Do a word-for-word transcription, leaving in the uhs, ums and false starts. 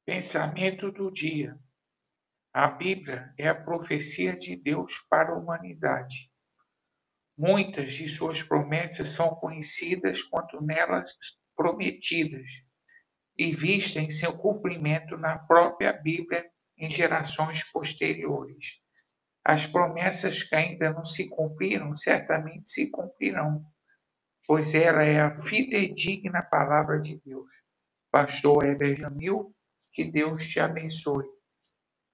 Pensamento do dia. A Bíblia é a profecia de Deus para a humanidade. Muitas de suas promessas são conhecidas quanto nelas prometidas e vistas em seu cumprimento na própria Bíblia em gerações posteriores. As promessas que ainda não se cumpriram certamente se cumprirão, pois ela é a fidedigna palavra de Deus. Pastor Heber Jamil, que Deus te abençoe.